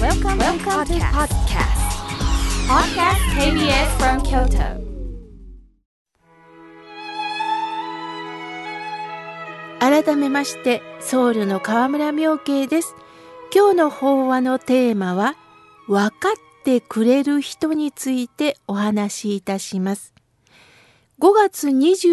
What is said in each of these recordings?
Welcome to podcast. Podcast KBS from Kyoto. 改めまして僧侶の河村妙慶です。今日の法話のテーマは分かってくれる人についてお話しいたします。5月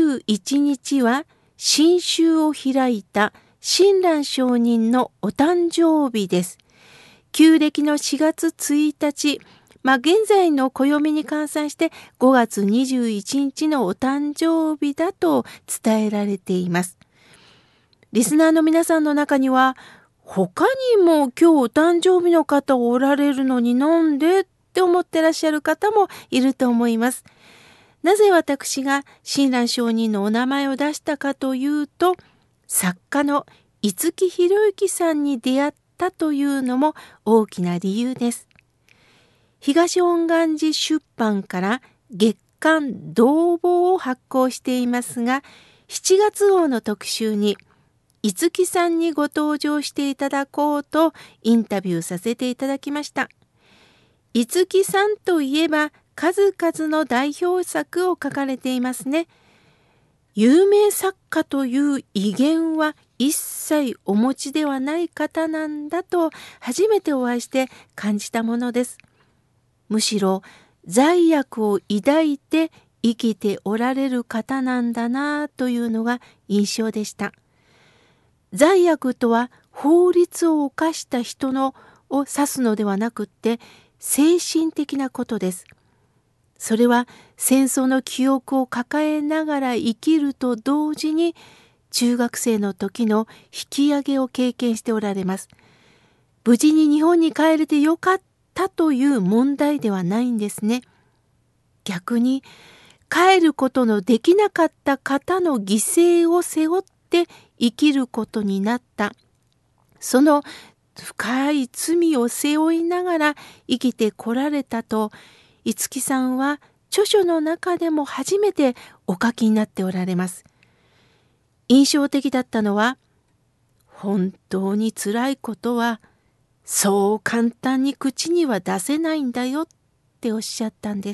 21日は新宗を開いた親鸞上人のお誕生日です。旧暦の4月1日、現在の暦に換算して5月21日のお誕生日だと伝えられています。リスナーの皆さんの中には、他にも今日お誕生日の方おられるのになんでって思ってらっしゃる方もいると思います。なぜ私が親鸞上人のお名前を出したかというと、作家の五木ひろゆきさんに出会ったというのも大きな理由です。東恩願寺出版から月刊同房を発行していますが、7月号の特集に五木さんにご登場していただこうとインタビューさせていただきました。五木さんといえば数々の代表作を書かれていますね。有名作家という威厳は一切お持ちではない方なんだと初めてお会いして感じたものです。むしろ罪悪を抱いて生きておられる方なんだなというのが印象でした。罪悪とは法律を犯した人を指すのではなくって精神的なことです。それは戦争の記憶を抱えながら生きると同時に中学生の時の引き上げを経験しておられます。無事に日本に帰れてよかったという問題ではないんですね。逆に帰ることのできなかった方の犠牲を背負って生きることになった。その深い罪を背負いながら生きてこられたと五木さんは著書の中でも初めてお書きになっておられます。印象的だったのは、本当につらいことはそう簡単に口には出せないんだよっておっしゃったんです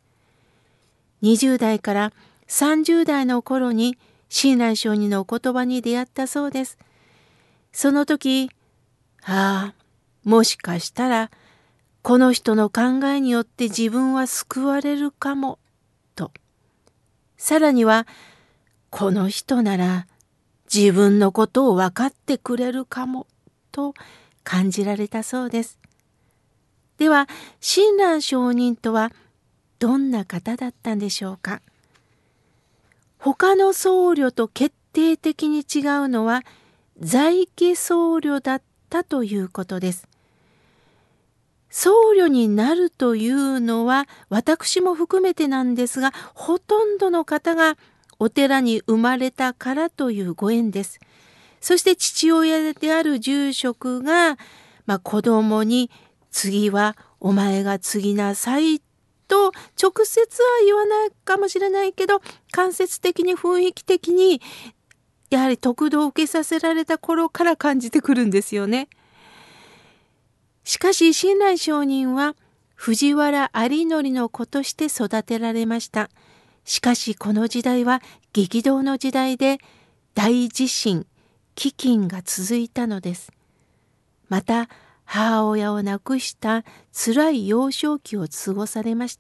。20代から30代の頃に親鸞上人のお言葉に出会ったそうです。その時、もしかしたらこの人の考えによって自分は救われるかもと、さらにはこの人なら自分のことを分かってくれるかもと感じられたそうです。では親鸞上人とはどんな方だったんでしょうか。他の僧侶と決定的に違うのは在家僧侶だったということです。僧侶になるというのは私も含めてなんですが、ほとんどの方がお寺に生まれたからというご縁です。そして父親である住職が、子供に次はお前が継ぎなさいと直接は言わないかもしれないけど、間接的に雰囲気的にやはり得度を受けさせられた頃から感じてくるんですよね。しかし親鸞上人は藤原有則の子として育てられました。しかしこの時代は激動の時代で大地震、飢饉が続いたのです。また母親を亡くした辛い幼少期を過ごされました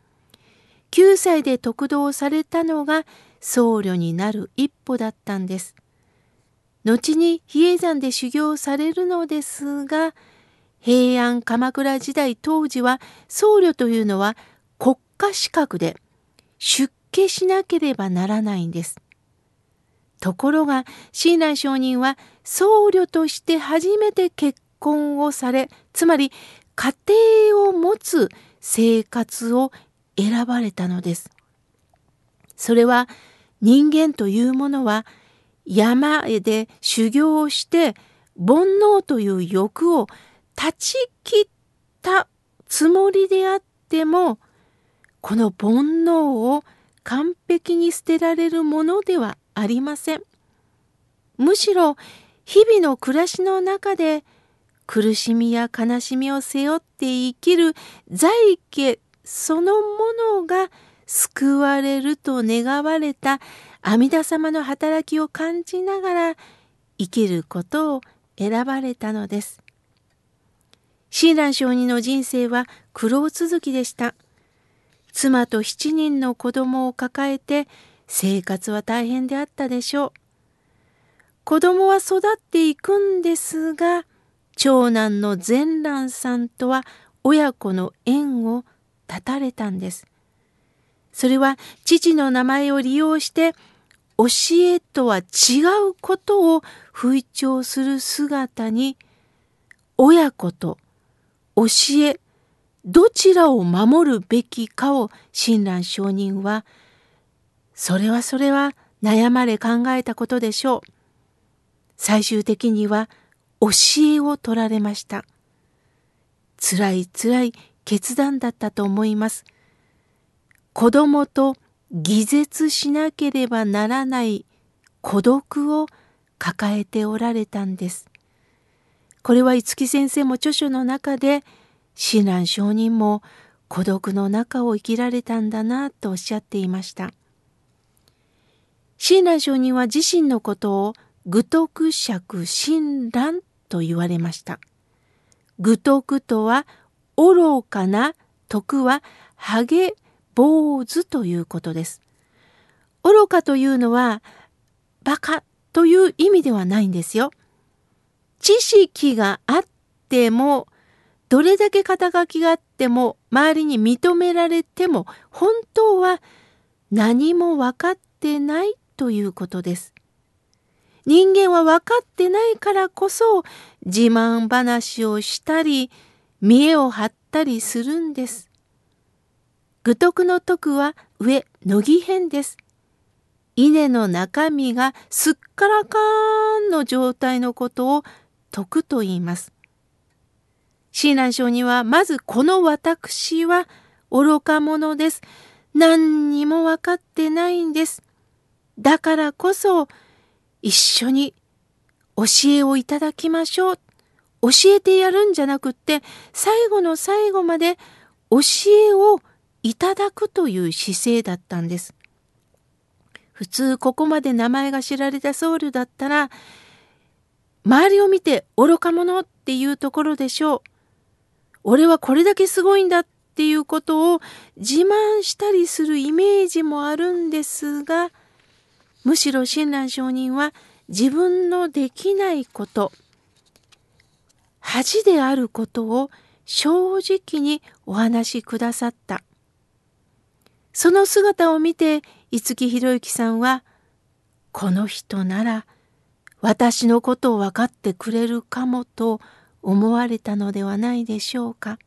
。9歳で得度をされたのが僧侶になる一歩だったんです。後に比叡山で修行されるのですが、平安鎌倉時代当時は僧侶というのは国家資格で出家しなければならないんです。ところが親鸞上人は僧侶として初めて結婚をされ、つまり家庭を持つ生活を選ばれたのです。それは人間というものは山で修行をして煩悩という欲を断ち切ったつもりであっても、この煩悩を完璧に捨てられるものではありません。むしろ日々の暮らしの中で苦しみや悲しみを背負って生きる在家そのものが救われると願われた阿弥陀様の働きを感じながら生きることを選ばれたのです。親鸞上人の人生は苦労続きでした。妻と7人の子供を抱えて生活は大変であったでしょう。子供は育っていくんですが、長男の善蘭さんとは親子の縁を断たれたんです。それは父の名前を利用して教えとは違うことを吹聴する姿に、親子と教えどちらを守るべきかを親鸞上人はそれは悩まれ考えたことでしょう。最終的には教えを取られました。辛い決断だったと思います。子供と偽絶しなければならない孤独を抱えておられたんです。これは五木先生も著書の中で、親鸞上人も孤独の中を生きられたんだなとおっしゃっていました。親鸞上人は自身のことを愚徳釈親鸞と言われました。愚徳とは愚かな、徳はハゲ坊主ということです。愚かというのはバカという意味ではないんですよ。知識があっても、どれだけ肩書きがあっても、周りに認められても、本当は何も分かってないということです。人間は分かってないからこそ、自慢話をしたり、見栄を張ったりするんです。愚徳の徳は上、乃木編です。稲の中身がすっからかーんの状態のことを徳と言います。親鸞上人はまずこの私は愚か者です。何にも分かってないんです。だからこそ一緒に教えをいただきましょう。教えてやるんじゃなくって最後の最後まで教えをいただくという姿勢だったんです。普通ここまで名前が知られた僧侶だったら周りを見て愚か者っていうところでしょう。俺はこれだけすごいんだっていうことを自慢したりするイメージもあるんですが、むしろ親鸞上人は自分のできないこと、恥であることを正直にお話しくださった。その姿を見て五木ひろゆきさんは、この人なら私のことを分かってくれるかもと思われたのではないでしょうか。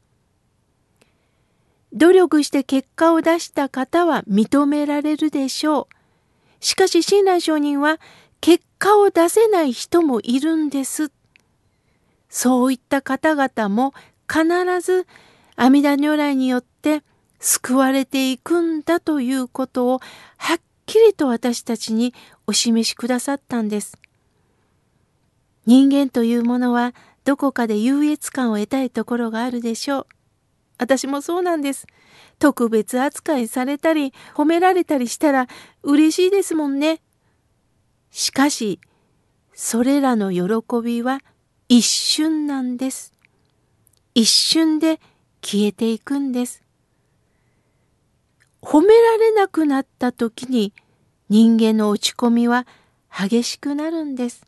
努力して結果を出した方は認められるでしょう。しかし親鸞上人は結果を出せない人もいるんです。そういった方々も必ず阿弥陀如来によって救われていくんだということをはっきりと私たちにお示しくださったんです。人間というものはどこかで優越感を得たいところがあるでしょう。私もそうなんです。特別扱いされたり褒められたりしたら嬉しいですもんね。しかしそれらの喜びは一瞬なんです。一瞬で消えていくんです。褒められなくなった時に人間の落ち込みは激しくなるんです。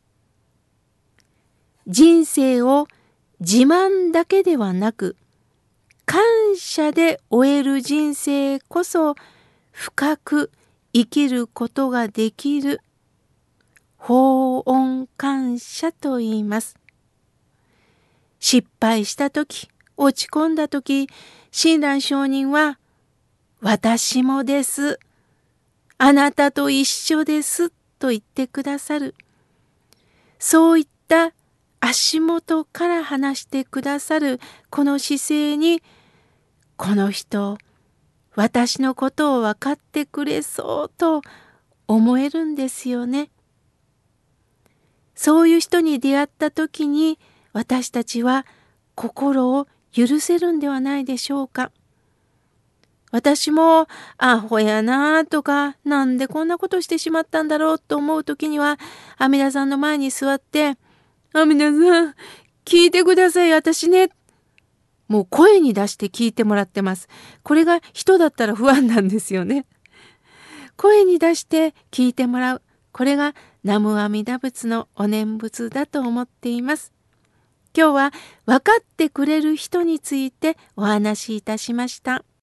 人生を自慢だけではなく感謝で終える人生こそ深く生きることができる報恩感謝と言います。失敗したとき、落ち込んだとき、親鸞上人は私もです。あなたと一緒ですと言ってくださる。そういった足元から話してくださるこの姿勢に、この人、私のことを分かってくれそうと思えるんですよね。そういう人に出会った時に私たちは心を許せるんではないでしょうか。私もアホやなとか、なんでこんなことしてしまったんだろうと思うときには、阿弥陀さんの前に座って、阿弥陀さん、聞いてください、私ね。もう声に出して聞いてもらってます。これが人だったら不安なんですよね。声に出して聞いてもらう。これが南無阿弥陀仏のお念仏だと思っています。今日は分かってくれる人についてお話しいたしました。